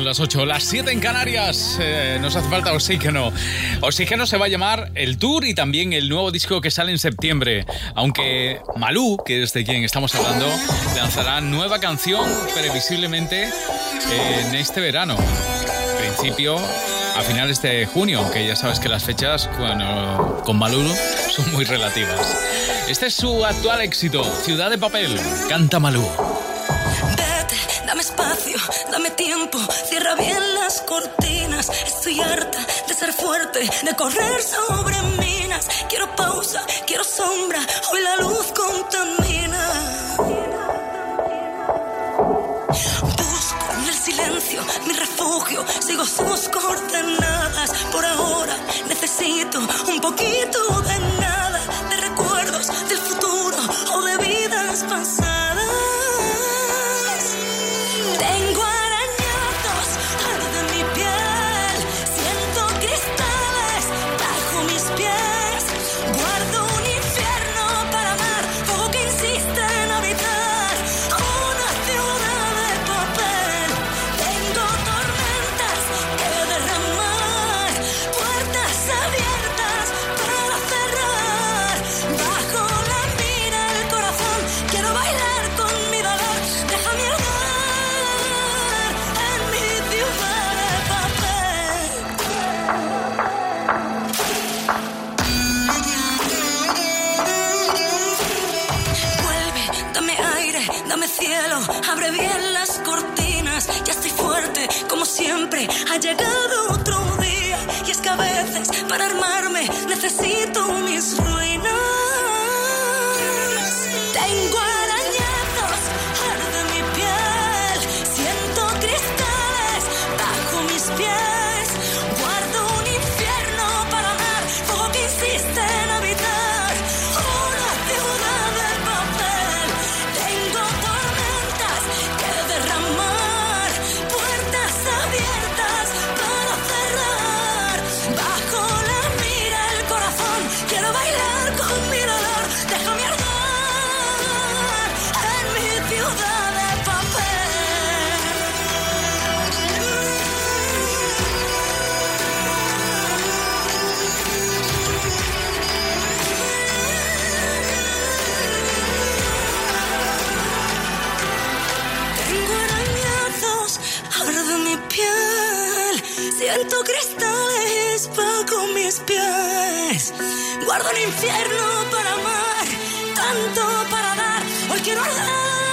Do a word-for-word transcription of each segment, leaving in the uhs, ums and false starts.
las ocho, las siete en Canarias. Eh, nos hace falta Oxígeno. Oxígeno se va a llamar el tour y también el nuevo disco que sale en septiembre. Aunque Malú, que es de quien estamos hablando, lanzará nueva canción previsiblemente en este verano. En principio, a finales de junio, aunque ya sabes que las fechas bueno, con Malú son muy relativas. Este es su actual éxito, Ciudad de Papel. Canta Malú. Dame espacio, dame tiempo, cierra bien las cortinas. Estoy harta de ser fuerte, de correr sobre minas. Quiero pausa, quiero sombra, hoy la luz contamina. Busco en el silencio mi refugio, sigo sus coordenadas. Por ahora necesito un poquito de nada, de recuerdos del futuro o de vidas pasadas. Tengo arañazos, arde mi piel, siento cristales bajo mis pies. Guardo un infierno para amar, fuego que insiste en habitar una ciudad de papel. Tengo tormentas que derramar, puertas abiertas para cerrar. Bajo la mira el corazón, quiero bailar con mi dolor. Déjame arder. Dame cielo, abre bien las cortinas. Ya estoy fuerte, como siempre. Ha llegado otro día. Y es que a veces, para armarme, necesito mis ruinas. Tengo arañazos, arde mi piel. Siento cristales bajo mis pies. Guardo un infierno para amar, fuego que insiste en habitar una ciudad de papel. Tengo tormentas que derramar, puertas abiertas para cerrar. Bajo la mira el corazón, quiero bailar con mi dolor. Déjame arder en mi ciudad de papel. Tengo arañazos, arde mi piel. Siento cristales bajo mis pies. Guardo un infierno para amar, tanto para dar. Hoy quiero arder.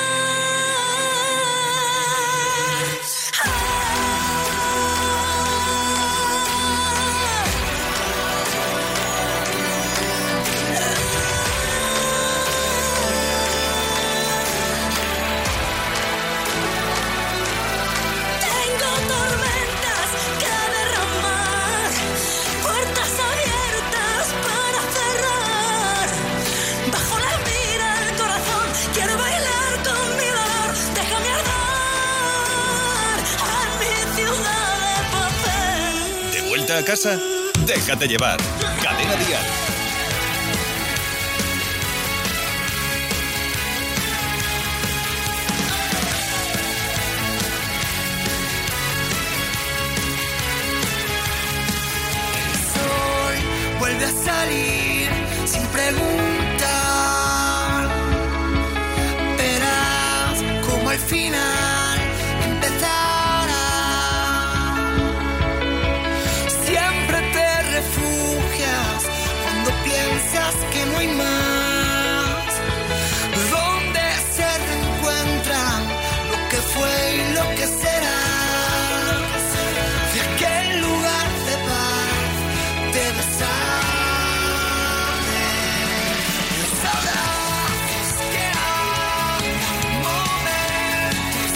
Tengo tormentas que derramar, puertas abiertas para cerrar. Bajo la mira el corazón, quiero bailar con mi dolor. Déjame arder en mi ciudad de papel. ¿De vuelta a casa? Déjate llevar. Cadena Dial. Hoy vuelve a salir sin preguntar. Verás como al final empezará. Siempre te refugias cuando piensas que no hay más. Donde se reencuentran lo que fue y lo que será. De aquel lugar de paz debes saber. Los abrazos que hay, momentos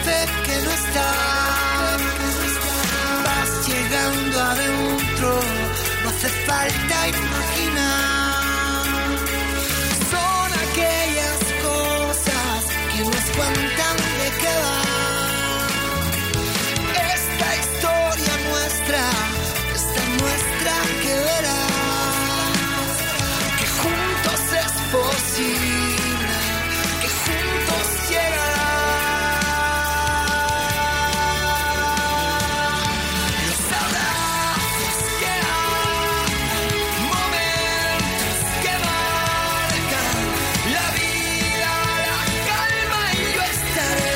parece que no estás. Vas llegando adentro, no hace falta imaginar. Son aquellas cosas que nos cuentan de qué va esta historia nuestra, esta nuestra que verás que juntos es posible, que juntos llegarán los abrazos que dan, momentos que marcan la vida, la calma, y yo estaré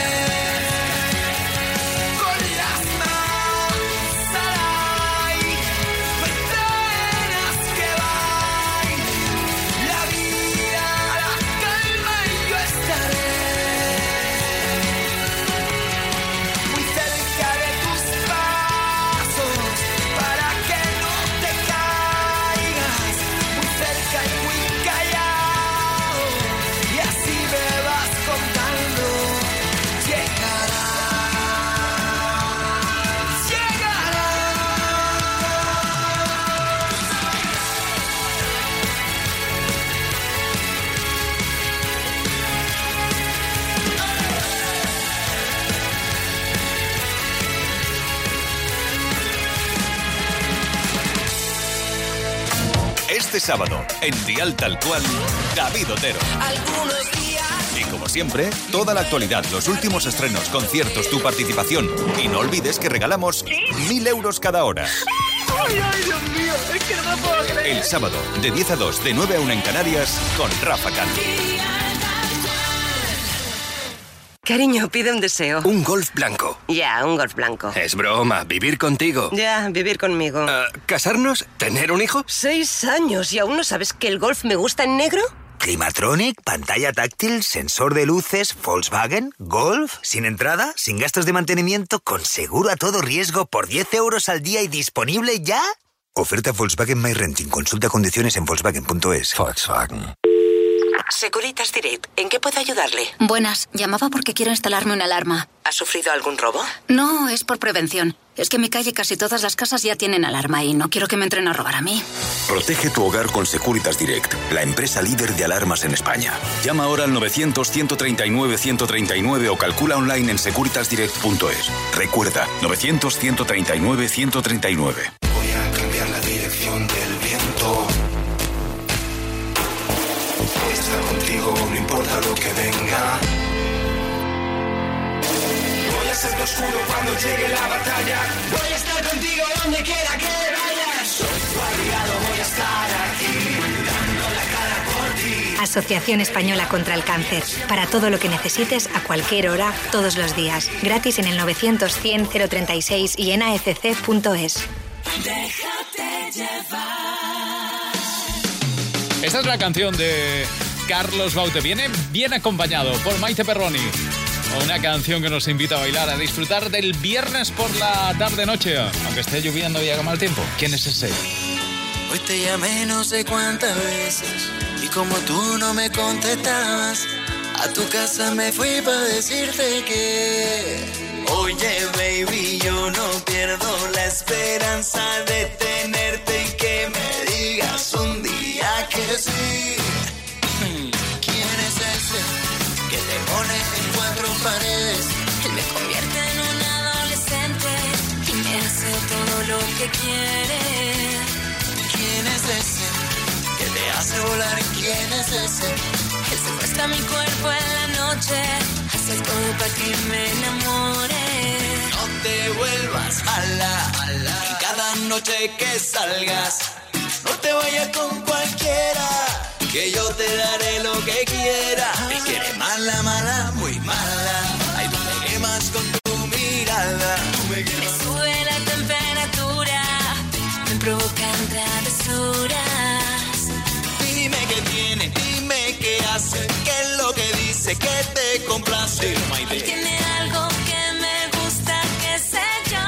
con las manos al aire, penas que bailen la vida, la calma, y yo estaré muy cerca de tus pasos para que no te caigas, muy cerca y muy callado, y así me vas contando. Llegará, llegará. Este sábado, en Dial Tal Cual, David Otero. Algunos días. Y como siempre, toda la actualidad, los últimos estrenos, conciertos, tu participación. Y no olvides que regalamos mil euros cada hora. Ay, ay, Dios mío, es que no me puedo creer. El sábado, de diez a dos, de nueve a una en Canarias, con Rafa Cano. Cariño, pide un deseo. Un Golf blanco. Ya, un Golf blanco. Es broma, vivir contigo. Ya, vivir conmigo. Uh, ¿Casarnos? ¿Tener un hijo? Seis años y aún no sabes que el Golf me gusta en negro. Climatronic, pantalla táctil, sensor de luces, Volkswagen, Golf, sin entrada, sin gastos de mantenimiento, con seguro a todo riesgo por diez euros al día y disponible ya. Oferta Volkswagen My Renting. Consulta condiciones en volkswagen punto es. Volkswagen. Securitas Direct, ¿en qué puedo ayudarle? Buenas, llamaba porque quiero instalarme una alarma. ¿Ha sufrido algún robo? No, es por prevención. Es que en mi calle casi todas las casas ya tienen alarma y no quiero que me entren a robar a mí. Protege tu hogar con Securitas Direct, la empresa líder de alarmas en España. Llama ahora al novecientos, ciento treinta y nueve, ciento treinta y nueve o calcula online en securitas direct punto es. Recuerda, novecientos, ciento treinta y nueve, ciento treinta y nueve. Voy a cambiar la dirección del viento. Estar contigo, no importa lo que venga. Voy a ser oscuro cuando llegue la batalla. Voy a estar contigo donde quiera que vayas. Soy tu aliado, voy a estar aquí, dando la cara por ti. Asociación Española contra el Cáncer. Para todo lo que necesites, a cualquier hora, todos los días. Gratis en el novecientos, cien, cero treinta y seis y en a f c punto es. Déjate llevar. Esta es la canción de Carlos Baute. Viene bien acompañado por Maite Perroni. Una canción que nos invita a bailar, a disfrutar del viernes por la tarde-noche. Aunque esté lloviendo y haga mal tiempo. ¿Quién es ese? Hoy te llamé no sé cuántas veces y como tú no me contestabas, a tu casa me fui para decirte que oye baby, yo no pierdo la esperanza de tenerte y que me digas un día que sí. ¿Quién es ese que te pone en cuatro paredes? Él me convierte en un adolescente y me hace todo lo que quiere. ¿Quién es ese que te hace volar? ¿Quién es ese? Él secuestra mi cuerpo en la noche, hace todo para que me enamore. No te vuelvas mala, mala. Y cada noche que salgas, no te vayas con cualquiera, que yo te daré lo que quiera. Me quieres mala, mala, muy mala. Ay, tú me quemas con tu mirada. Tú me, me sube la temperatura, me provocan travesuras. Dime qué tiene, dime qué hace, qué es lo que dice, que te complace. Él tiene algo que me gusta, que sé yo.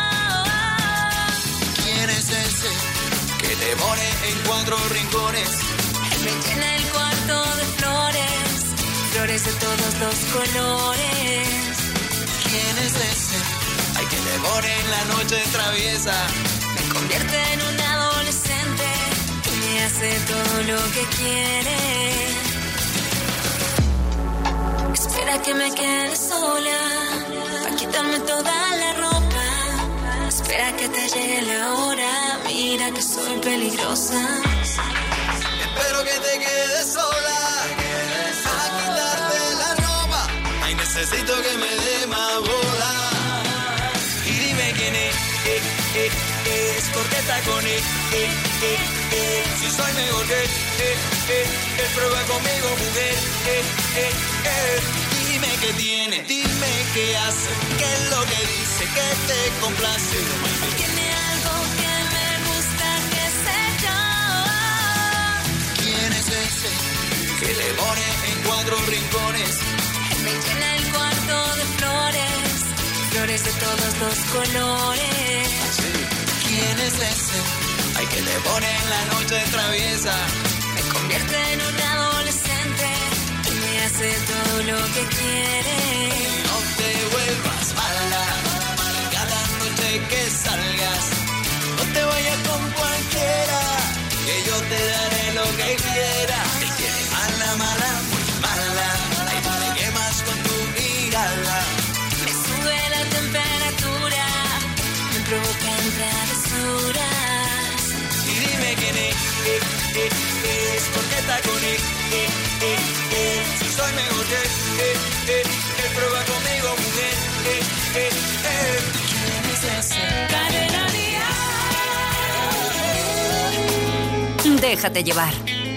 ¿Quién es ese que te pone en cuatro rincones? Él me llena el cuarto de flores, flores de todos los colores. ¿Quién es ese? Hay que devore en la noche traviesa. Me convierte en un adolescente y me hace todo lo que quiere. Espera que me quede sola para quitarme toda la ropa. Espera que te llegue la hora, mira que soy peligrosa. Espero que te quedes sola para quitarte la ropa. Ay, necesito que me dé más bola. Y dime quién es, eh, eh, eh, es porque está con él, eh, eh, eh. Si soy mejor que eh, eh, él, prueba conmigo, mujer, eh, eh, eh. Dime qué tiene, dime qué hace, qué es lo que dice, que te complace. Tiene algo que me gusta, que sé yo. ¿Quién es ese que le pone en cuatro rincones? Me llena el cuarto de flores, flores de todos los colores. ¿Quién es ese? Ay, que le pone en la noche traviesa. Me convierte en un adolescente y me hace todo lo que quiere. No te vuelvas mala, cada noche que salgas. No te vayas con cualquiera, que yo te daré lo que quiera. Él quiere mala, mala, muy mala. Ay, tú me quemas con tu mirada. Me sube la temperatura, me provocan travesuras. Y dime quién es, eh, eh, eh, es porque está con él, eh, eh, eh. Si soy mejor que eh, eh, él, prueba conmigo, mujer, eh, eh, eh. ¿Quién es ese? Cadena Dial. Déjate llevar.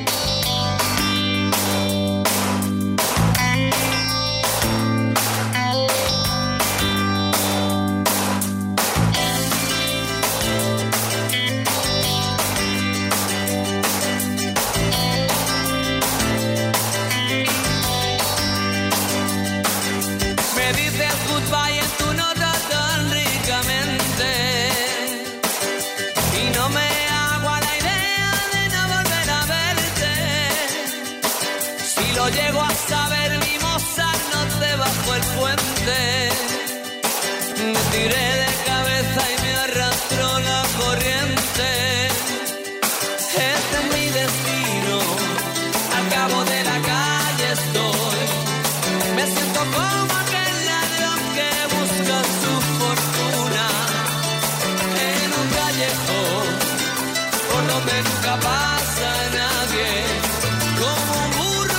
Llego a saber, mi Mozart, no te bajo el puente. Me tiré de cabeza y me arrastró la corriente. Este es mi destino, al cabo de la calle estoy. Me siento como aquel ladrón que busca su fortuna en un callejón por donde nunca pasa nadie. Como un burro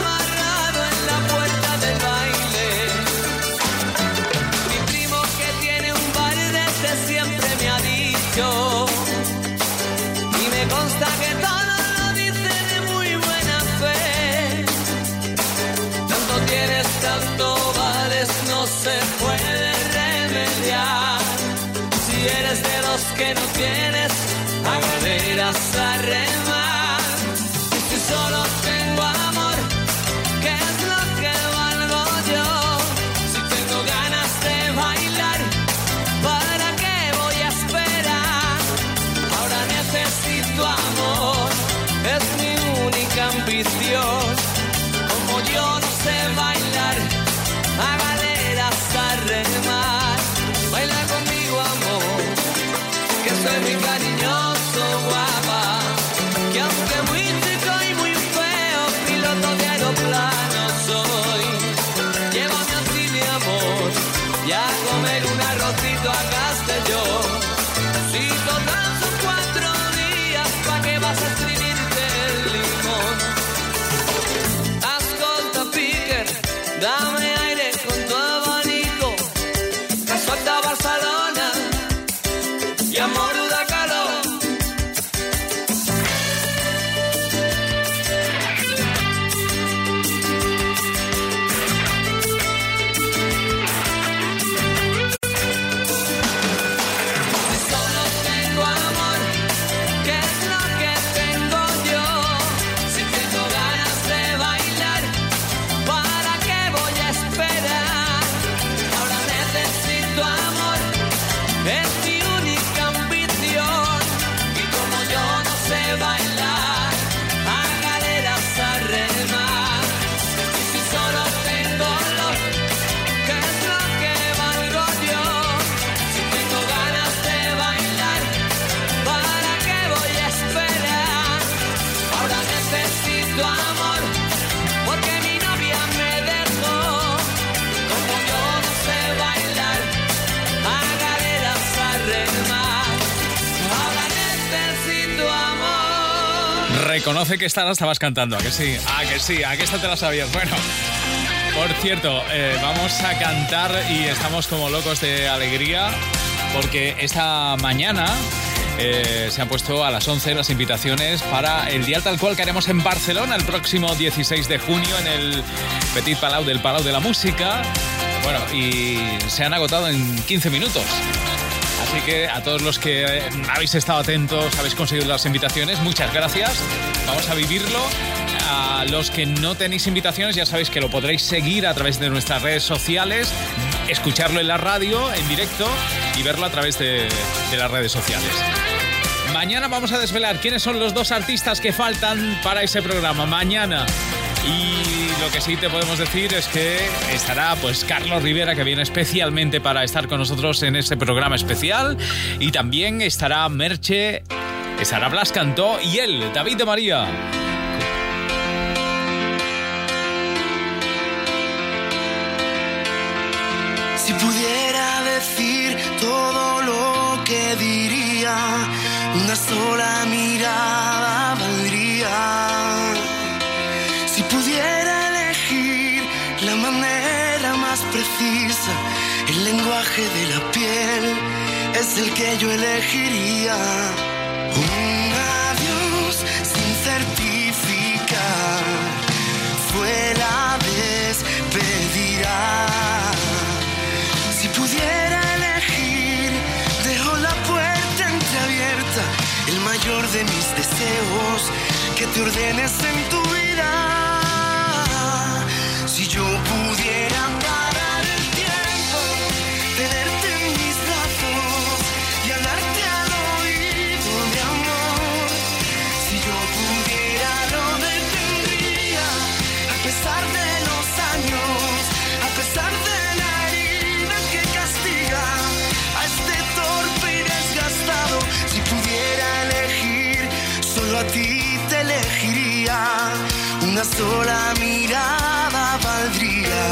siempre me ha dicho, y me consta que todo lo dice de muy buena fe. Tanto tienes, tanto vales, no se puede remediar. Si eres de los que no tienes, a galeras a remar. Y si solo tengo amor, ¿qué es lo que valgo yo? Si tengo ganas de bailar, ¿para qué voy a esperar? Ahora necesito amor, es mi única ambición. Como yo no sé bailar, a galeras a remar. Baila conmigo, amor, que soy muy cariñoso, guapa. Que aunque muy chico y muy feo, piloto de aeroplano soy. Llévame así, mi amor, y a comer un arrocito a Castellón. Si total son cuatro días, ¿pa' qué vas a escribirte el limón? Ascolta, picker, dame aire con tu abanico. reconoce que esta la estabas cantando, ¿a que sí? ¿A que sí? ¿A que esta te la sabías? Bueno, por cierto, eh, vamos a cantar y estamos como locos de alegría porque esta mañana eh, se han puesto a las once las invitaciones para el Día Tal Cual que haremos en Barcelona el próximo dieciséis de junio en el Petit Palau del Palau de la Música. Bueno, y se han agotado en quince minutos. Así que a todos los que habéis estado atentos, habéis conseguido las invitaciones, muchas gracias. Vamos a vivirlo. A los que no tenéis invitaciones, ya sabéis que lo podréis seguir a través de nuestras redes sociales, escucharlo en la radio, en directo, y verlo a través de, de las redes sociales. Mañana vamos a desvelar quiénes son los dos artistas que faltan para ese programa. Mañana. Y lo que sí te podemos decir es que estará pues Carlos Rivera, que viene especialmente para estar con nosotros en este programa especial. Y también estará Merche, estará Blas Cantó y él, David de María. Si pudiera decir todo lo que diría, una sola mirada valdría. Si pudiera elegir la manera más precisa, el lenguaje de la piel es el que yo elegiría. Un adiós sin certificar fue la despedida. Si pudiera elegir, dejo la puerta entreabierta, el mayor de mis deseos, que te ordenes en tu vida. Si yo pudiera parar el tiempo, tenerte en mis brazos y hablarte al oído de amor. Si yo pudiera lo detendría, a pesar de los años, a pesar de la herida que castiga a este torpe y desgastado. Si pudiera elegir, solo a ti te elegiría, una sola mirada valdría.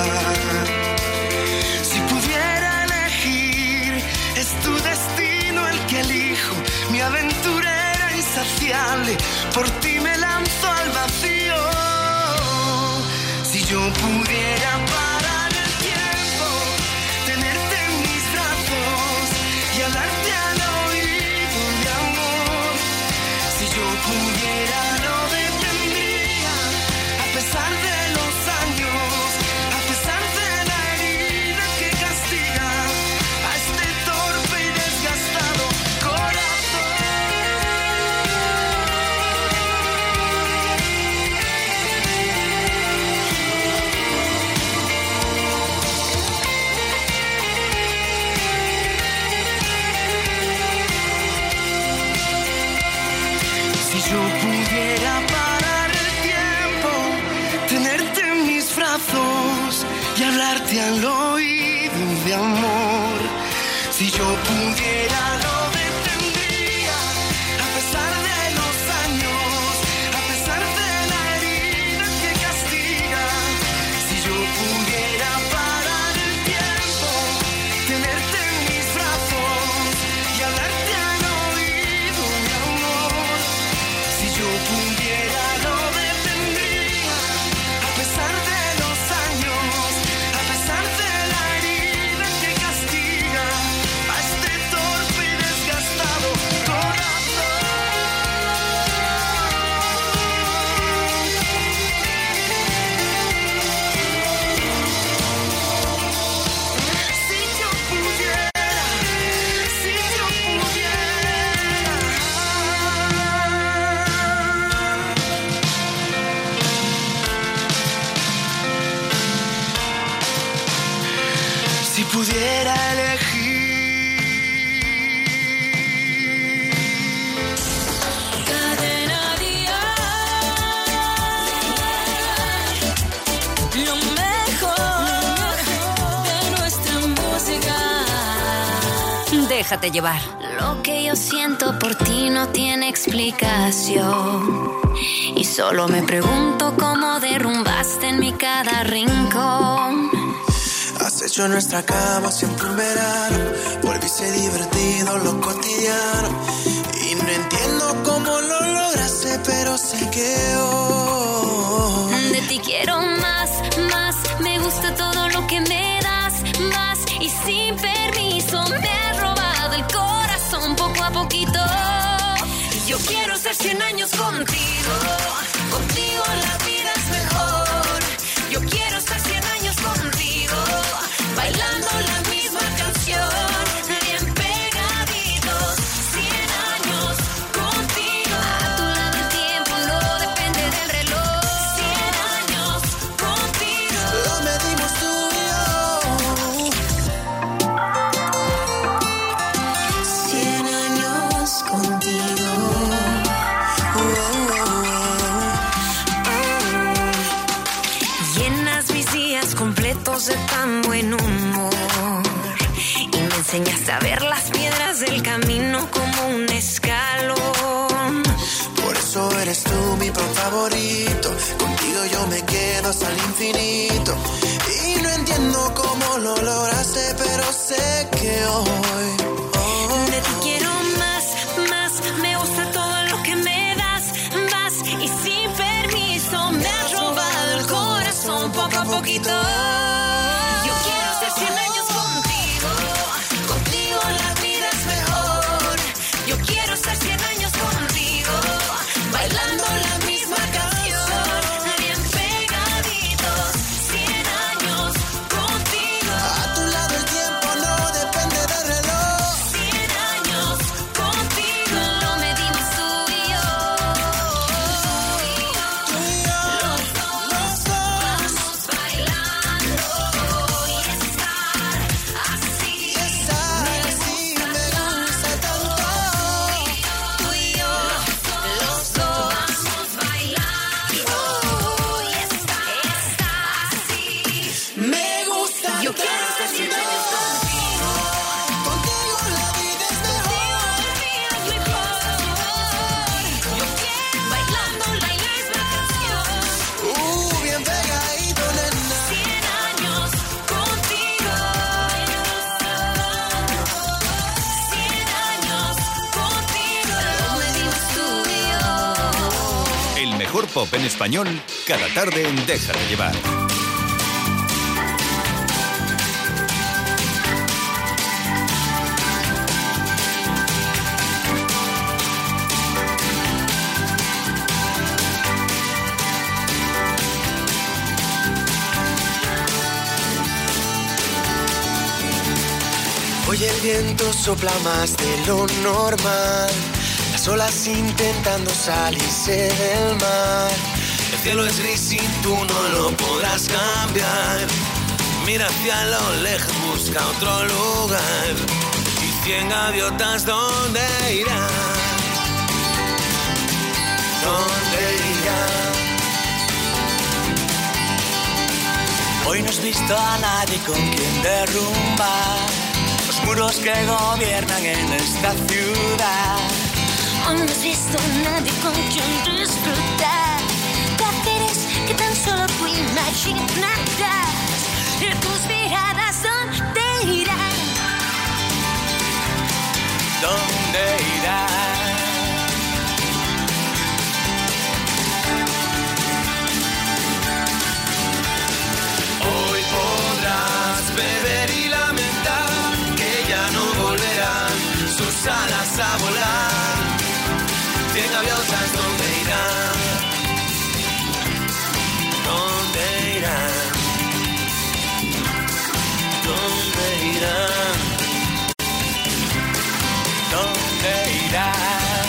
Si pudiera elegir, es tu destino el que elijo, mi aventurera insaciable, por ti me lanzo al vacío. Si yo pudiera parar el tiempo, tenerte en mis brazos y hablarte al oído de amor. Si yo pudiera lo detendría, a pesar de los años, a pesar de la herida que castiga a este torpe y desgastado corazón. Si yo pudiera parar el tiempo, tenerte en mis brazos y hablarte al oído de amor. Si yo pudiera lo detendría, a pesar de los años, a pesar de la herida que castiga. Si yo pudiera parar el tiempo, tenerte en mis brazos y hablarte al oído de amor. Si yo pudiera lo detendría, a pesar de los años, a pesar de la herida que castiga a este torpe y desgastado corazón. Si yo pudiera, si yo pudiera. Si pudiera elegir. Cadena Dial, lo mejor de nuestra música. Déjate llevar. Lo que yo siento por ti no tiene explicación. Y solo me pregunto cómo derrumbaste en mi cada rincón. Has hecho nuestra cama siempre un verano, volviste divertido lo cotidiano. Y no entiendo cómo lo lograste, pero sé qué hoy. De ti quiero más, más. Me gusta todo lo que me das, más. Y sin permiso me has robado el corazón poco a poquito. Yo quiero ser cien años contigo. Contigo la vida es mejor. Yo quiero estar cien años contigo, bailando la misma canción, bien pegaditos, cien años contigo. A tu lado el tiempo no depende del reloj. Cien años contigo. Lo medimos tú y yo. Cien años contigo. Oh, oh, oh. Llenas mis días completos de tan buen humor y me enseñaste a ver las piedras del camino como un escalón. Por eso eres tú mi pan favorito. Contigo yo me quedo hasta el infinito. Y no entiendo cómo lo lograste, pero sé que hoy, hoy De ti quiero más, más. Me gusta todo lo que me das, más. Y sin permiso me has robado el corazón poco a poquito. Yo quiero ser cien años contigo. Contigo la vida es mejor. Yo quiero ser cien años contigo, bailando la misma canción, bien pegaditos, cien años contigo. a tu lado el tiempo no depende del reloj. Cien años contigo, lo medimos tú y yo. Tú y yo, los dos, Vamos bailando y estar así. estar así me gusta tanto. Tú y yo, los dos, vamos bailando y estar así. Me gusta Yo quiero ser cien años contigo. Contigo la vida es mejor. Yo quiero bailando la misma canción. Uh, bien pegadito, nena. Cien años contigo. Cien años contigo. Lo medimos tú y yo. El mejor pop en español, cada tarde en Déjate llevar. Hoy el viento sopla más de lo normal. Las olas intentando salirse del mar. El cielo es gris y tú no lo podrás cambiar. Mira hacia lo lejos, busca otro lugar. Y cien gaviotas, ¿dónde irán? ¿Dónde irán? Hoy no has visto a nadie con quien derrumbar los muros que gobiernan en esta ciudad. Hoy no has visto a nadie con quien disfrutar placeres que tan solo tú imaginarás. Y tus miradas, ¿dónde irán? ¿Dónde irán? Hoy podrás beber y lamentar que ya no volverán sus alas a volar. Cien gaviotas, ¿dónde irán? ¿Dónde irán? ¿Dónde irán? ¿Dónde irán?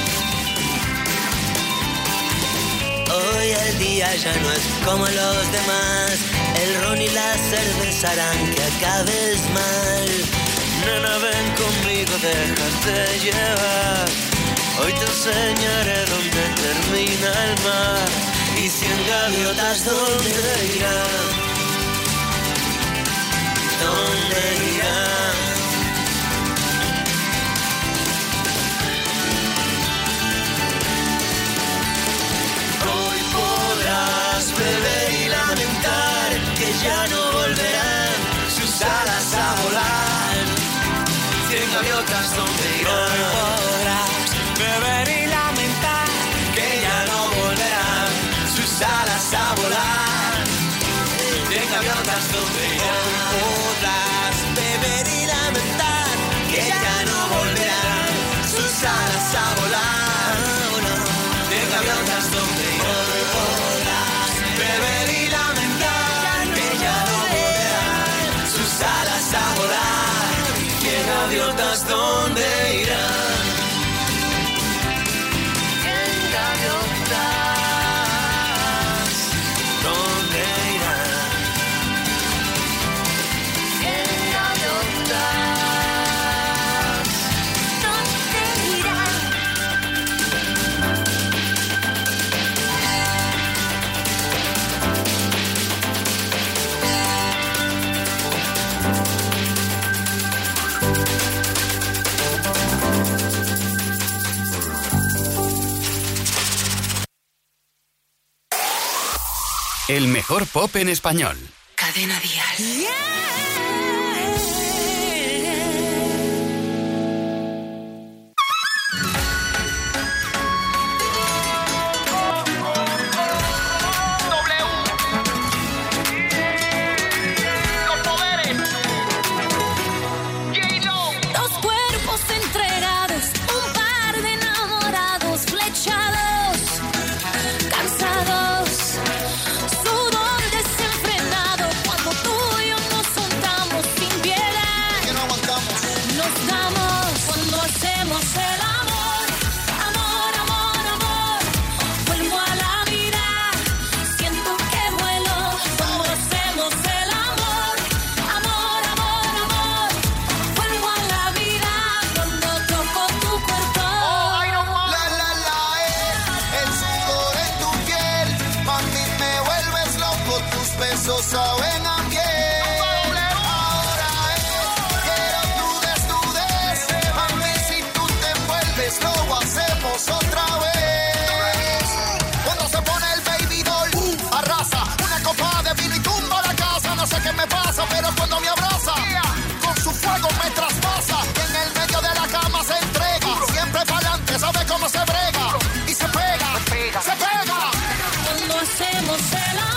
Hoy el día ya no es como los demás. El ron y la cerveza harán que acabes mal. Nena, ven conmigo, déjate llevar. Hoy te enseñaré dónde termina el mar. Y cien gaviotas, ¿dónde irán? ¿Dónde irán? Hoy podrás beber y lamentar que ya no volverán sus alas a volar. Cien gaviotas, ¿dónde irán? Hoy podrás beber y lamentar que ya no adviertas dónde irás. Podrás beber y lamentar que ya no volverán sus alas a volar. De gaviotas donde irás. Podrás beber y lamentar que ya no volverán sus alas a volar. Que gaviotas donde irán. El mejor pop en español. Cadena Dial. Saben a miel. Ahora es, quiero tu desnudez. Mami, si tú te envuelves, lo hacemos otra vez. Cuando se pone el baby doll, uh, arrasa. Una copa de vino y tumba la casa. No sé qué me pasa, pero cuando me abraza, con su fuego me traspasa. Y en el medio de la cama se entrega. Siempre pa'lante, sabe cómo se brega. Y se pega, se pega. Cuando hacemos el amor.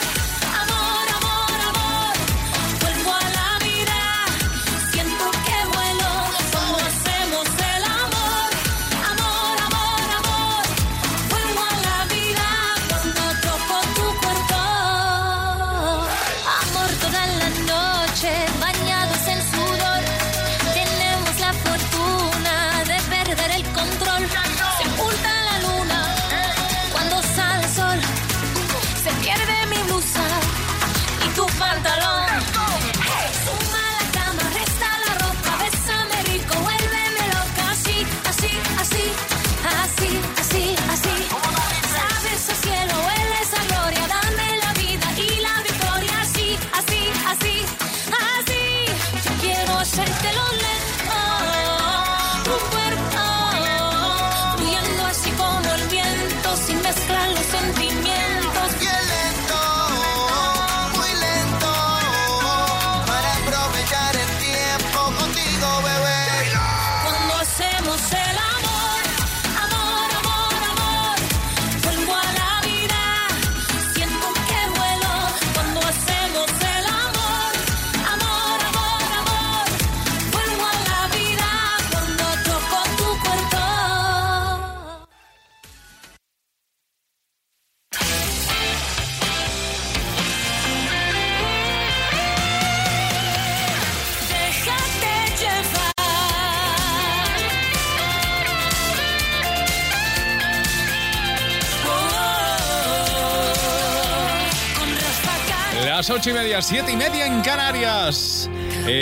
Las ocho y media, siete y media en Canarias.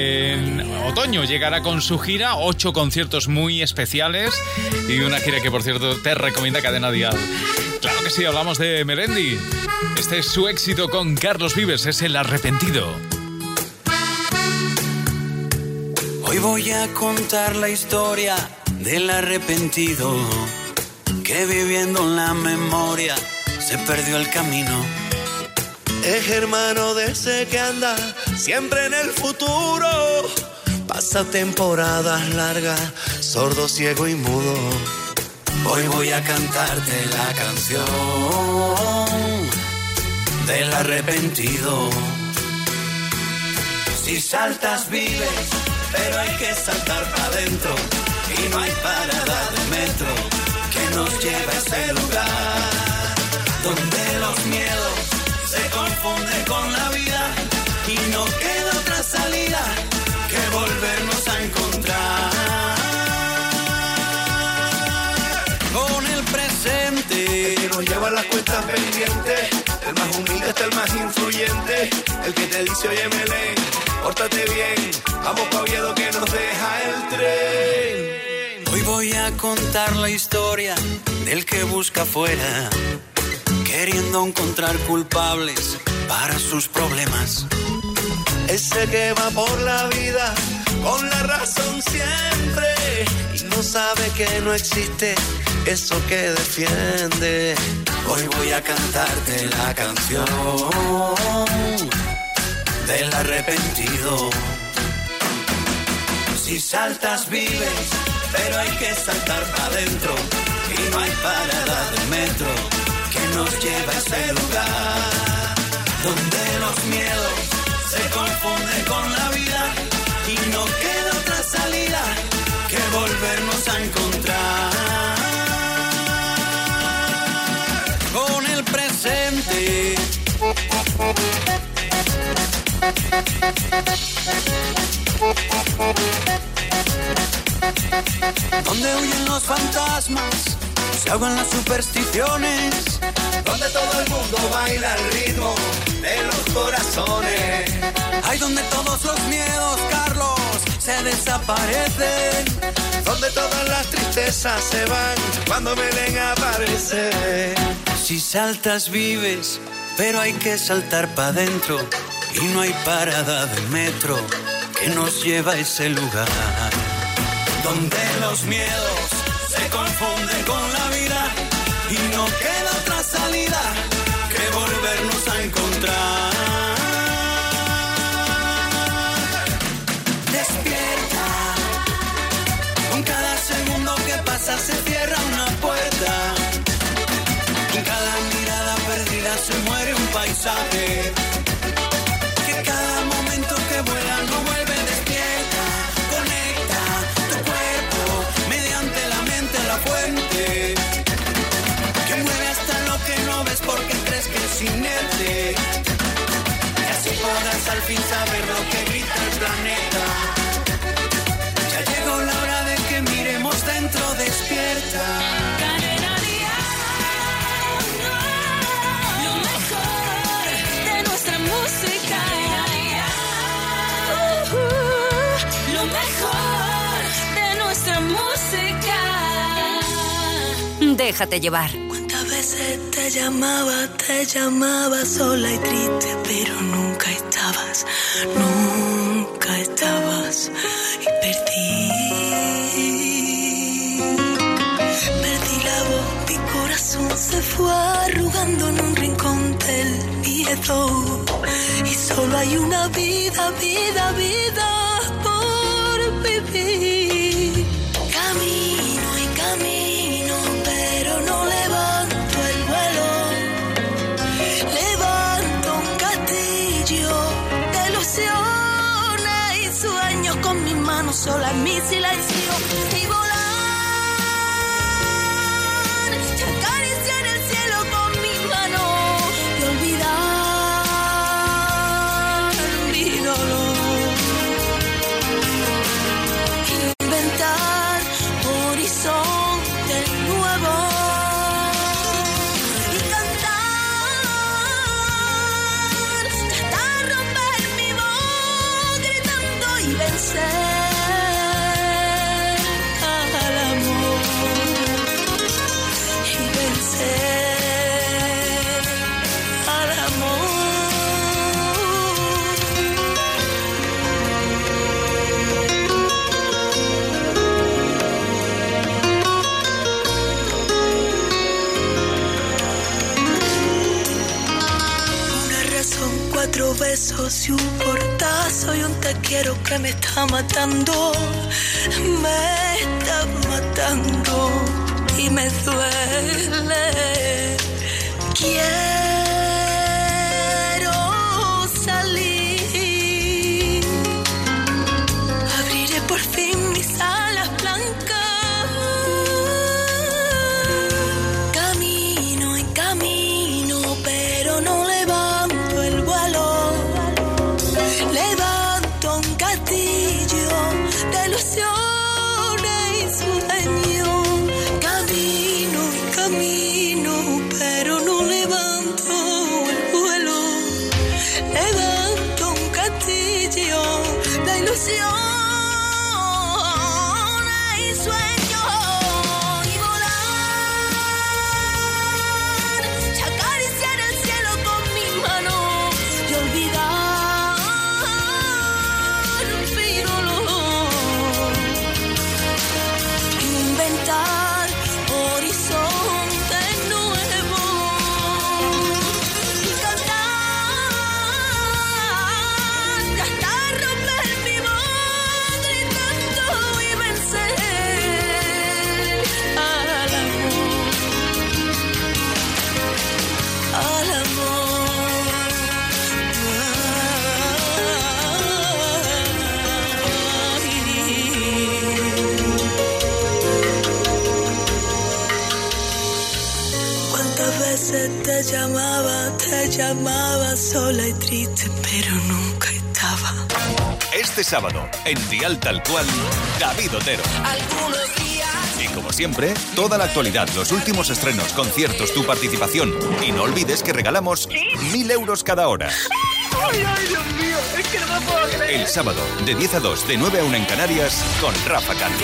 En otoño llegará con su gira, ocho conciertos muy especiales y una gira que, por cierto, te recomienda Cadena Dial. Claro que sí, hablamos de Melendi. Este es su éxito con Carlos Vives, es El Arrepentido. Hoy voy a contar la historia del arrepentido que viviendo en la memoria se perdió el camino. Es hermano de ese que anda siempre en el futuro. Pasa temporadas largas, sordo, ciego y mudo. Hoy voy a cantarte la canción del arrepentido. Si saltas vives, pero hay que saltar para adentro. Y no hay parada de metro que nos lleve a ese lugar donde los miedos se confunden con la vida y no queda otra salida que volvernos a encontrar con el presente. El que nos lleva las cuentas pendientes, el más humilde hasta el más influyente, el que te dice oye Melén, pórtate bien, vamos pa' Oviedo que nos deja el tren. Hoy voy a contar la historia del que busca afuera, queriendo encontrar culpables para sus problemas. Ese que va por la vida con la razón siempre y no sabe que no existe eso que defiende. Hoy voy a cantarte la canción del arrepentido. Si saltas vives, pero hay que saltar para adentro y no hay parada de metro que nos lleva a ese lugar donde los miedos se confunden con la vida y no queda otra salida que volvernos a encontrar con el presente. Donde huyen los fantasmas, se ahogan las supersticiones, donde todo el mundo baila al ritmo de los corazones. Hay donde todos los miedos, Carlos, se desaparecen, donde todas las tristezas se van cuando Belén aparece. Si saltas vives, pero hay que saltar para adentro y no hay parada de metro que nos lleva a ese lugar donde los miedos se confunden con la vida y no queda otra salida que volvernos a encontrar. Despierta, con cada segundo que pasa se cierra una puerta, en cada mirada perdida se muere un paisaje, que cada momento que vuela no vuelve. Despierta, conecta tu cuerpo mediante la mente a la fuente, que mueve hasta lo que no ves porque crees que es inerte, y así podrás al fin saber lo que grita el planeta. Ya llegó la hora de que miremos dentro. Despierta. Lo mejor de nuestra música. Déjate llevar. ¿Cuántas veces te llamaba, te llamaba sola y triste, pero nunca estabas, nunca estabas y perdí. Perdí la voz, mi corazón se fue arrugando en un rincón del miedo y solo hay una vida, vida, vida vivir. Camino y camino, pero no levanto el vuelo. Levanto un castillo de ilusiones y sueños con mis manos sola en mi silencio y volar. Y acariciar el cielo con mis manos y olvidar mi dolor. Horizonte nuevo y cantar, tratar de romper mi voz gritando y vencer al amor y vencer al amor. Cuatro besos y un portazo y un te quiero que me está matando, me está matando y me duele. Quiero salir llamaba, te llamaba sola y triste, pero nunca estaba. Este sábado, en Dial Tal Cual, David Otero. Algunos días. Y como siempre, toda la actualidad, los últimos estrenos, conciertos, tu participación. Y no olvides que regalamos mil euros cada hora. Ay, ay, Dios mío, es que no me puedo creer. El sábado, de diez a dos, de nueve a una en Canarias, con Rafa Cano.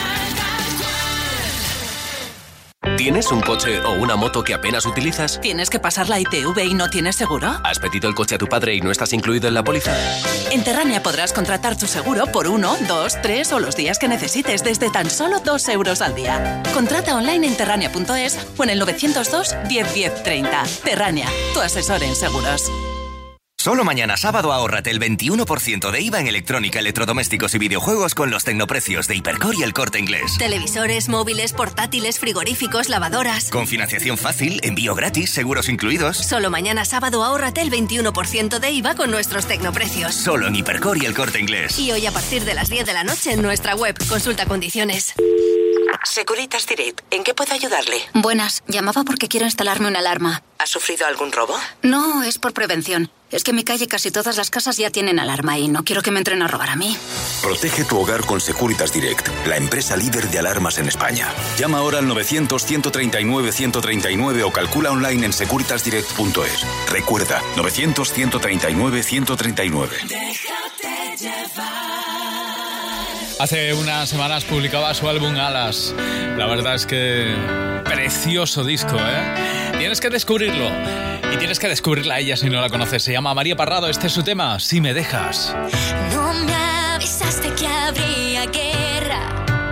¿Tienes un coche o una moto que apenas utilizas? ¿Tienes que pasar la I T V y no tienes seguro? ¿Has pedido el coche a tu padre y no estás incluido en la póliza? En Terrania podrás contratar tu seguro por uno, dos, tres o los días que necesites desde tan solo dos euros al día. Contrata online en terrania punto es o en el nueve cero dos, diez, diez, treinta. Terrania, tu asesor en seguros. Solo mañana sábado ahórrate el veintiuno por ciento de I V A en electrónica, electrodomésticos y videojuegos con los tecnoprecios de Hipercor y El Corte Inglés. Televisores, móviles, portátiles, frigoríficos, lavadoras. Con financiación fácil, envío gratis, seguros incluidos. Solo mañana sábado ahórrate el veintiuno por ciento de I V A con nuestros tecnoprecios. Solo en Hipercor y El Corte Inglés. Y hoy a partir de las diez de la noche en nuestra web. Consulta condiciones. Securitas Direct, ¿en qué puedo ayudarle? Buenas, llamaba porque quiero instalarme una alarma. ¿Ha sufrido algún robo? No, es por prevención. Es que en mi calle casi todas las casas ya tienen alarma y no quiero que me entren a robar a mí. Protege tu hogar con Securitas Direct, la empresa líder de alarmas en España. Llama ahora al novecientos, ciento treinta y nueve, ciento treinta y nueve o calcula online en securitas direct punto es. Recuerda, novecientos, ciento treinta y nueve, ciento treinta y nueve. Déjate llevar. Hace unas semanas publicaba su álbum Alas. La verdad es que precioso disco, ¿eh? Tienes que descubrirlo. Y tienes que descubrirla a ella si no la conoces. Se llama María Parrado. Este es su tema, Si me dejas. No me avisaste que habría guerra.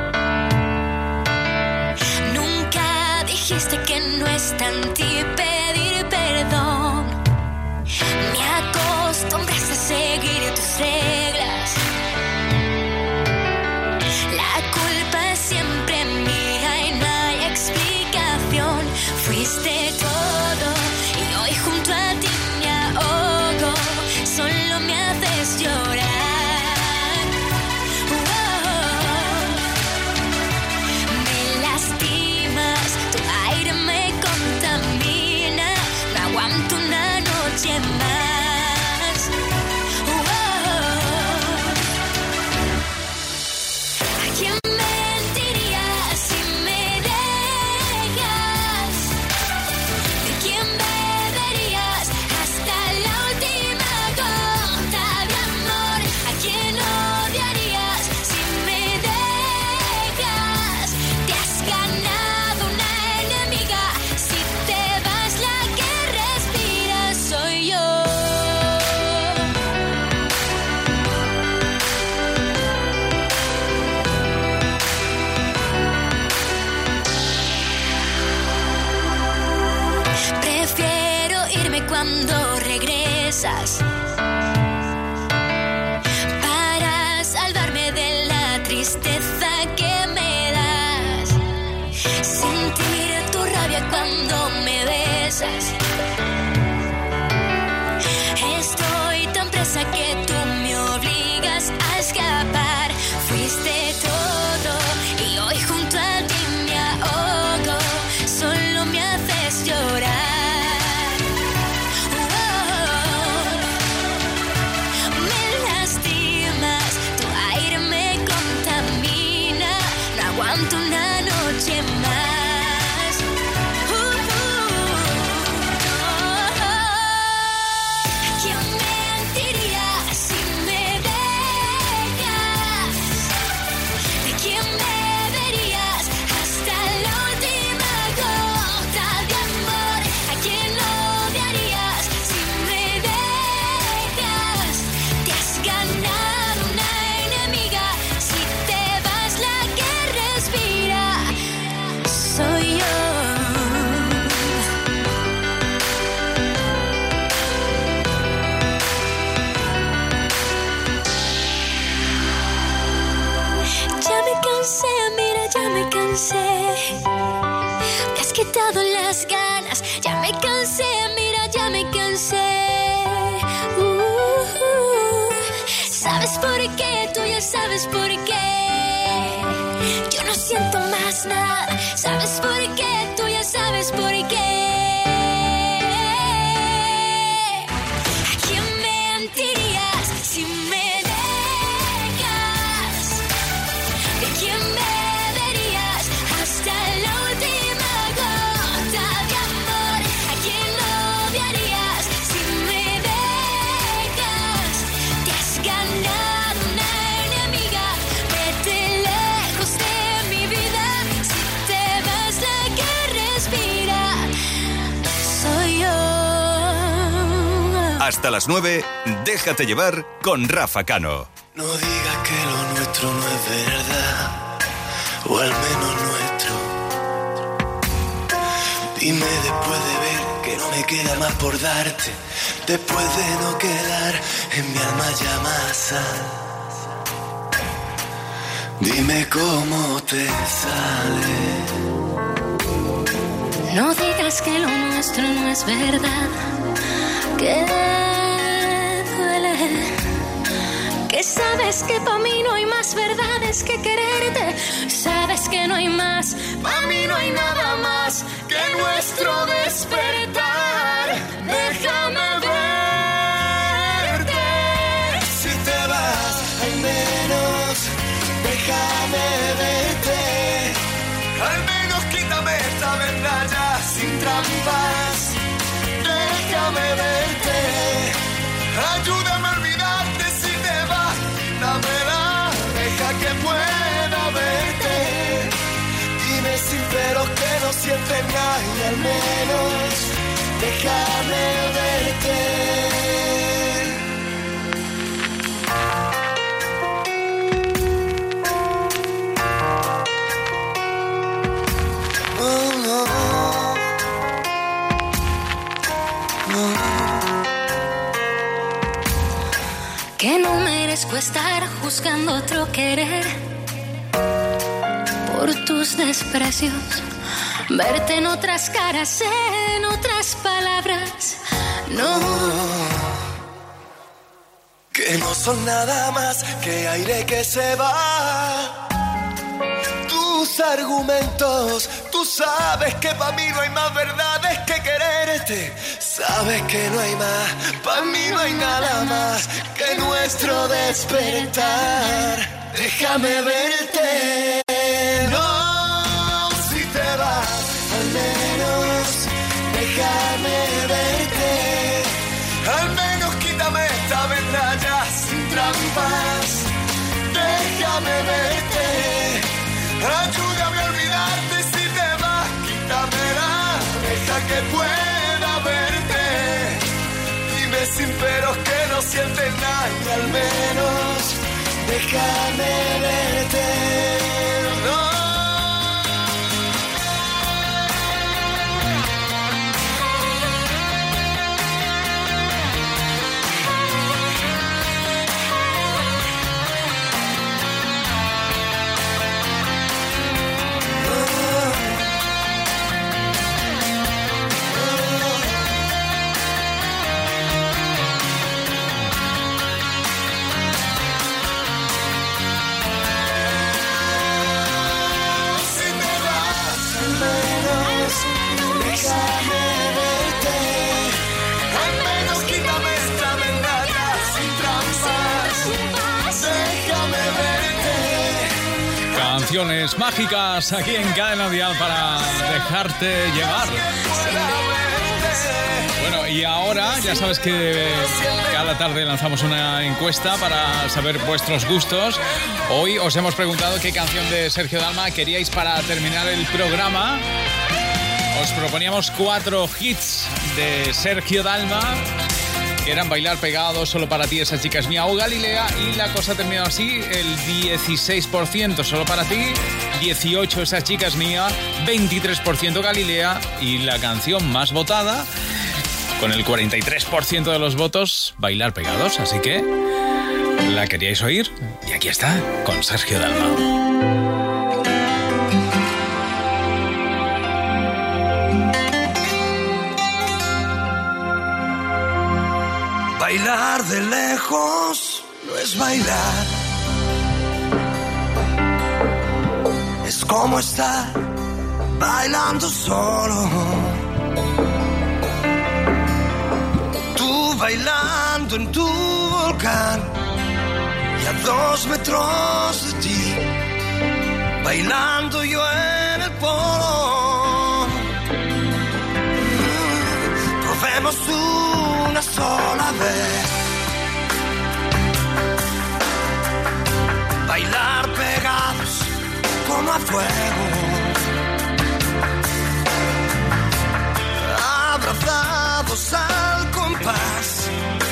Nunca dijiste que no está en ti pedir perdón. Me acostumbraste a seguir tus reglas. La culpa es siempre mía y no hay explicación. Fuiste todo y hoy junto a ti me ahogo. Solo me haces llorar. Oh, me lastimas, tu aire me contamina. No aguanto una noche más. Oh, ¿a quién mentiría si me dejas? ¿De quién beberías hasta la última gota de amor? ¿A quién odiarías si me dejas? Te has ganado una enemiga. Si te vas, la que respira soy yo. Prefiero irme cuando regresas para salvarme de la tristeza que me das. Sentir tu rabia cuando me besas. Estoy tan presa que tú me obligas a escapar. Fuiste todo y hoy junto a ti me ahogo. Solo me haces llorar. Oh, me lastimas, tu aire me contamina. No aguanto una noche más. Uh, uh, oh, oh. ¿Quién mentiría si me dejas? ¿De quién beberías hasta la última gota de amor? ¿A quién odiarías si me dejas? Te has ganado una enemiga. Si te vas, la que respira soy yo. Ya me cansé, mira, ya me cansé. Me has quitado las ganas. Ya me cansé, mira, ya me cansé. Uh, uh, ¿sabes por qué? Tú ya sabes por qué. Yo no siento más nada. ¿Sabes por qué? Tú ya sabes por qué. Hasta las nueve, déjate llevar con Rafa Cano. No digas que lo nuestro no es verdad, o al menos nuestro. Dime después de ver que no me queda más por darte, después de no quedar en mi alma ya más sal. Dime cómo te sale. No digas que lo nuestro no es verdad, que duele, que sabes que pa' mí no hay más verdades que quererte, sabes que no hay más, pa' mí no hay nada más que nuestro despertar. Déjame verte. Si te vas, al menos déjame verte. Al menos quítame esta verdad ya sin trampas. Déjame verte. Ayúdame a olvidarte si te vas. Dámela, deja que pueda verte. Dime sinceros que no sientes nada y al menos déjame verte. Que no merezco estar juzgando otro querer por tus desprecios, verte en otras caras, en otras palabras. No, que no son nada más que aire que se va. Tus argumentos, tú sabes que pa' mí no hay más verdades que quererte. Sabes que no hay más, pa' mí no hay nada más que nuestro despertar. Déjame verte. No, si te vas, al menos déjame verte. Al menos quítame esta verdad ya sin trampas. Déjame verte. Ayúdame a olvidarte si te vas, quítamela, deja que pueda verte. Dime sin peros que no sientes nada y al menos déjame verte. No. Canciones mágicas aquí en Cadena Dial para dejarte llevar. Bueno, y ahora ya sabes que cada tarde lanzamos una encuesta para saber vuestros gustos. Hoy os hemos preguntado qué canción de Sergio Dalma queríais para terminar el programa. Os proponíamos cuatro hits de Sergio Dalma, que eran Bailar Pegados, Solo para ti, Esa chica es mía o Galilea, y la cosa terminó así: el dieciséis por ciento Solo para ti, dieciocho por ciento Esa chica es mía, veintitrés por ciento Galilea, y la canción más votada, con el cuarenta y tres por ciento de los votos, Bailar Pegados. Así que la queríais oír y aquí está, con Sergio Dalma. Bailar de lejos no es bailar, es como estar bailando solo. Tú bailando en tu volcán y a dos metros de ti, bailando yo en el polo. Probemos una sola vez bailar pegados como a fuego, abrazados al compás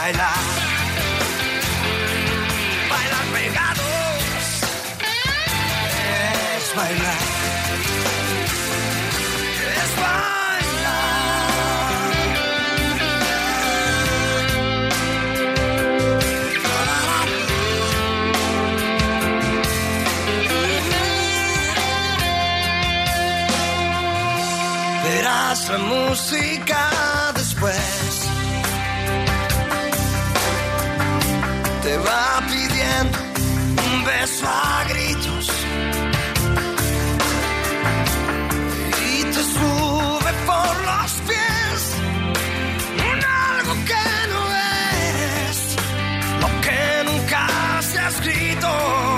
bailar, bailar pegados, es bailar, es bailar. Verás la música después, te va pidiendo un beso a gritos y te sube por los pies un algo que no es lo que nunca se ha escrito.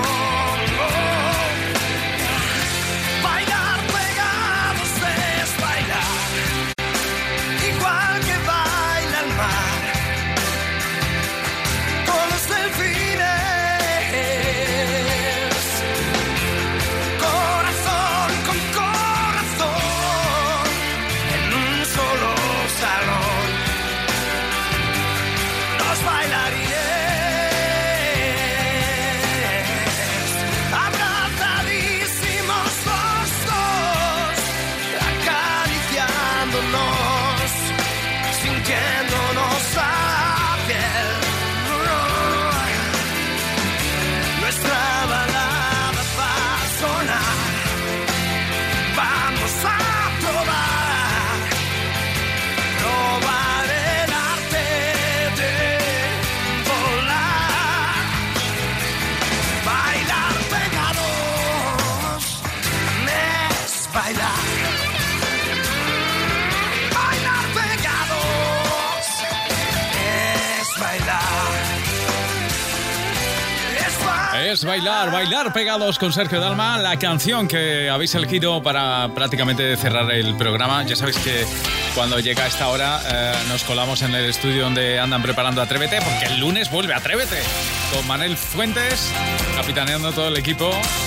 Es bailar, bailar pegados con Sergio Dalma, la canción que habéis elegido para prácticamente cerrar el programa. Ya sabéis que cuando llega esta hora eh, nos colamos en el estudio donde andan preparando Atrévete, porque el lunes vuelve Atrévete con Manel Fuentes, capitaneando todo el equipo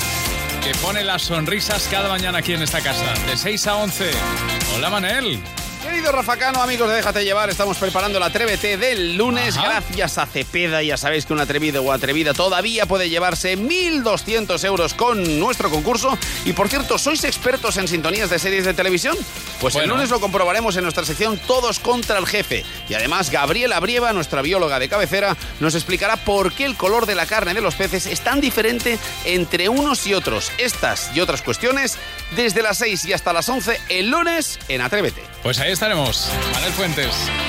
que pone las sonrisas cada mañana aquí en esta casa, de seis a once. Hola, Manel. Querido Rafa Cano, amigos de Déjate Llevar, estamos preparando la Atrévete del lunes. Ajá. Gracias a Cepeda, ya sabéis que un atrevido o atrevida todavía puede llevarse mil doscientos euros con nuestro concurso. Y por cierto, ¿sois expertos en sintonías de series de televisión? Pues bueno, el lunes lo comprobaremos en nuestra sección Todos contra el Jefe. Y además, Gabriela Brieva, nuestra bióloga de cabecera, nos explicará por qué el color de la carne de los peces es tan diferente entre unos y otros. Estas y otras cuestiones desde las seis y hasta las once el lunes en Atrévete. Pues ahí estaremos, Manel Fuentes.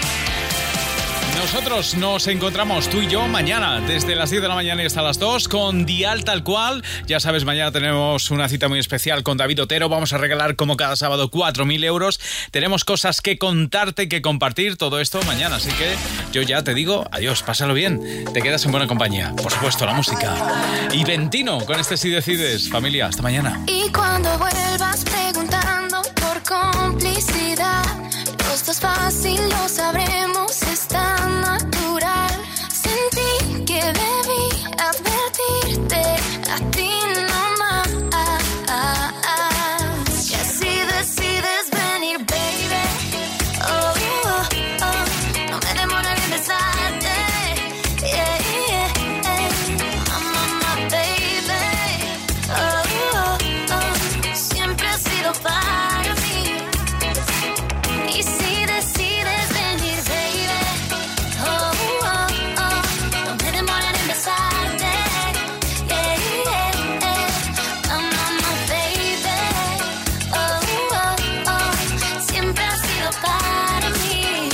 Nosotros nos encontramos tú y yo mañana desde las diez de la mañana y hasta las dos con Dial Tal Cual. Ya sabes, mañana tenemos una cita muy especial con David Otero. Vamos a regalar como cada sábado cuatro mil euros. Tenemos cosas que contarte, que compartir, todo esto mañana. Así que yo ya te digo, adiós, pásalo bien. Te quedas en buena compañía. Por supuesto, la música. Y Ventino con este Si Decides. Familia, hasta mañana. Y cuando vuelvas preguntando por complicidad, los dos fácil lo sabremos, es tan natural. Sentí que debí advertirte, a ti no más. Y así decides venir, baby. Oh, oh, oh. No me demoraré en besarte. Yeah, yeah, yeah. Mamá, baby. Oh, oh, oh. Siempre ha sido para mí. Y si decides venir, baby, oh, oh, oh, no me demoraré en besarte, yeah, yeah, yeah. Oh, mama, baby, oh, oh, oh, siempre ha sido para mí.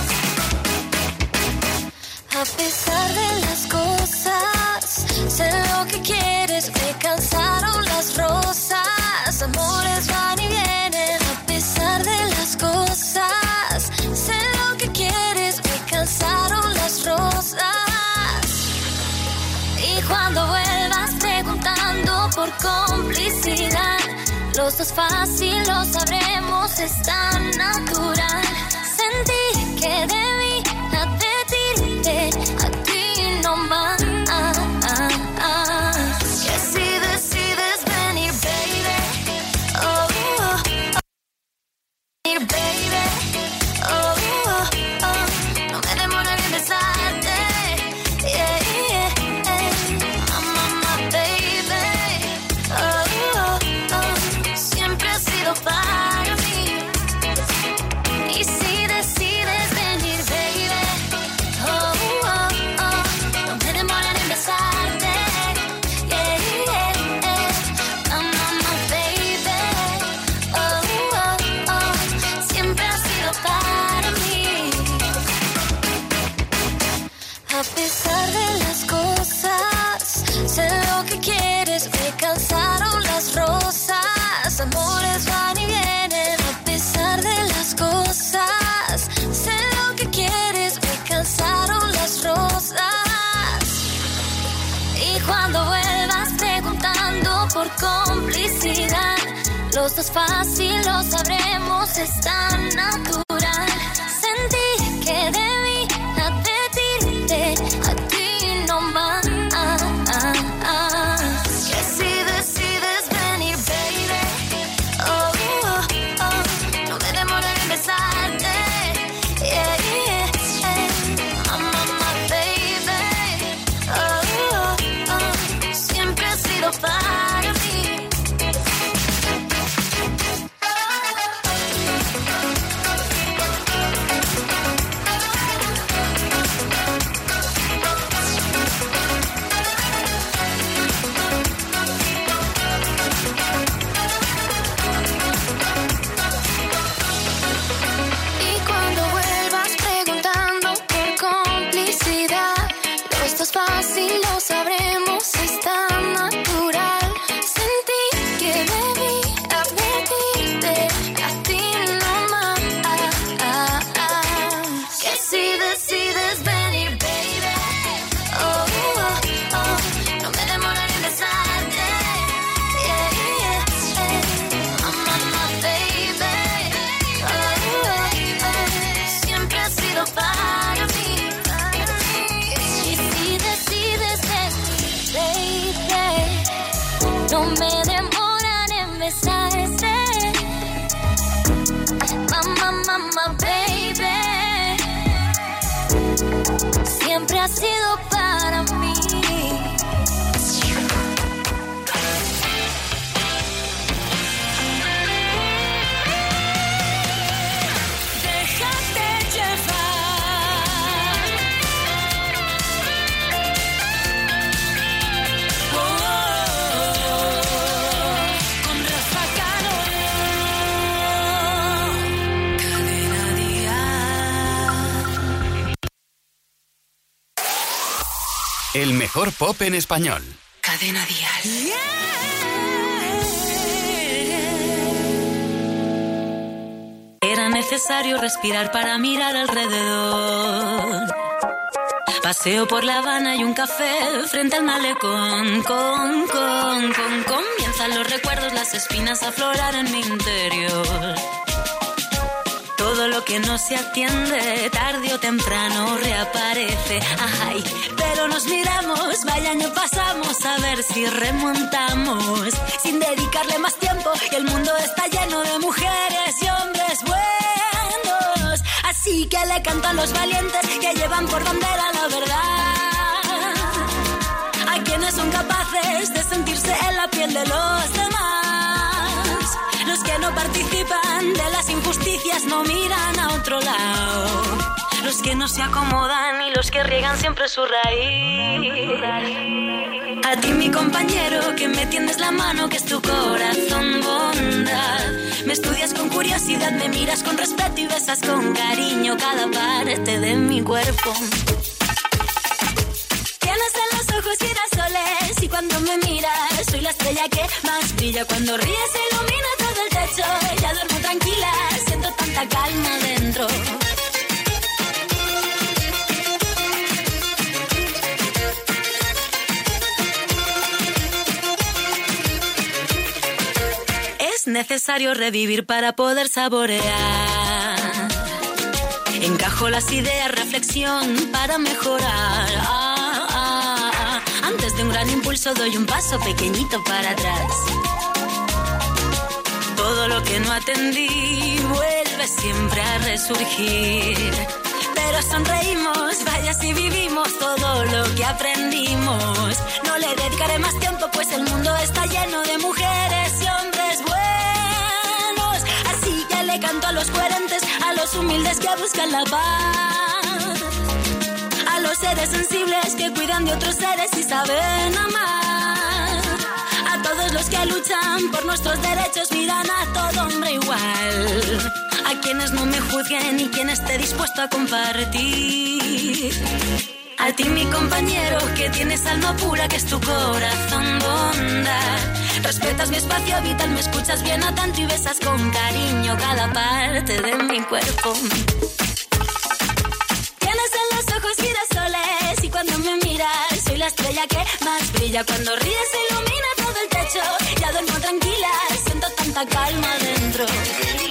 A pesar de las cosas, sé lo que quieres, me cansaron las rosas, amores van y vienen. A pesar de las cosas, sé lo que quieres, me cansaron las rosas. Y cuando vuelvas preguntando por complicidad, los dos fácil lo sabremos, es tan natural. Sentí que debí advertirte, a ti no más. Y así decides venir, baby. Oh, oh, oh. Baby, oh, oh, oh. No me demoraré en besarte. A pesar de las cosas, sé lo que quieres, me cansaron las rosas, amores van y vienen. A pesar de las cosas, sé lo que quieres, me cansaron las rosas. Y cuando vuelvas preguntando por complicidad, los dos fácil lo sabremos, es tan natural. Sentí que debí advertirte, a ti no más. Que si decides venir, baby, oh, oh, oh, no me demoré en besarte. Yeah, yeah, yeah. I'm on my baby, oh, oh, oh, siempre ha sido para mí. Fácil lo sabremos, es tan natural. Sentí que debí advertirte, a ti no más. Que si decides venir, baby, oh, oh, oh, no me demoraré en besarte. Yeah, yeah, yeah. I'm on my baby, oh, oh, oh, siempre ha sido para mí. No me demoran en besarte. Mamá, mamá, baby, siempre ha sido para mí. Déjate llevar. El mejor pop en español. Cadena Dial. Era necesario respirar para mirar alrededor. Paseo por La Habana y un café frente al malecón. Con, con, con, comienzan los recuerdos, las espinas a aflorar en mi interior. Todo lo que no se atiende, tarde o temprano reaparece. Ay, pero nos miramos, vaya año pasamos, a ver si remontamos. Sin dedicarle más tiempo, y el mundo está lleno de mujeres y hombres buenos. Así que le canto a los valientes que llevan por bandera la verdad. A quienes son capaces de sentirse en la piel de los demás. Los que no participan de las injusticias, no miran a otro lado. Los que no se acomodan y los que riegan siempre su raíz. A ti, mi compañero, que me tiendes la mano, que es tu corazón bondad. Me estudias con curiosidad, me miras con respeto y besas con cariño cada parte de mi cuerpo. Tienes en los ojos girasoles y cuando me miras soy la estrella que más brilla. Cuando ríes se ilumina todo el techo, ya duermo tranquila, siento tanta calma dentro. Es necesario revivir para poder saborear. Encajo las ideas, reflexión para mejorar. Ah, ah, ah. Antes de un gran impulso doy un paso pequeñito para atrás. Todo lo que no atendí vuelve siempre a resurgir. Pero sonreímos, vaya si vivimos todo lo que aprendimos. No le dedicaré más tiempo, pues el mundo está lleno de mujeres y hombres buenos. Así que le canto a los coherentes, a los humildes que buscan la paz, a los seres sensibles que cuidan de otros seres y saben amar, a todos los que luchan por nuestros derechos, miran a todo hombre igual, a quienes no me juzguen y quien esté dispuesto a compartir. A ti mi compañero, que tienes alma pura, que es tu corazón donda. Respetas mi espacio vital, me escuchas bien atento y besas con cariño cada parte de mi cuerpo. Tienes en los ojos girasoles y cuando me miras soy la estrella que más brilla. Cuando ríes se ilumina todo el techo, ya duermo tranquila, siento tanta calma dentro.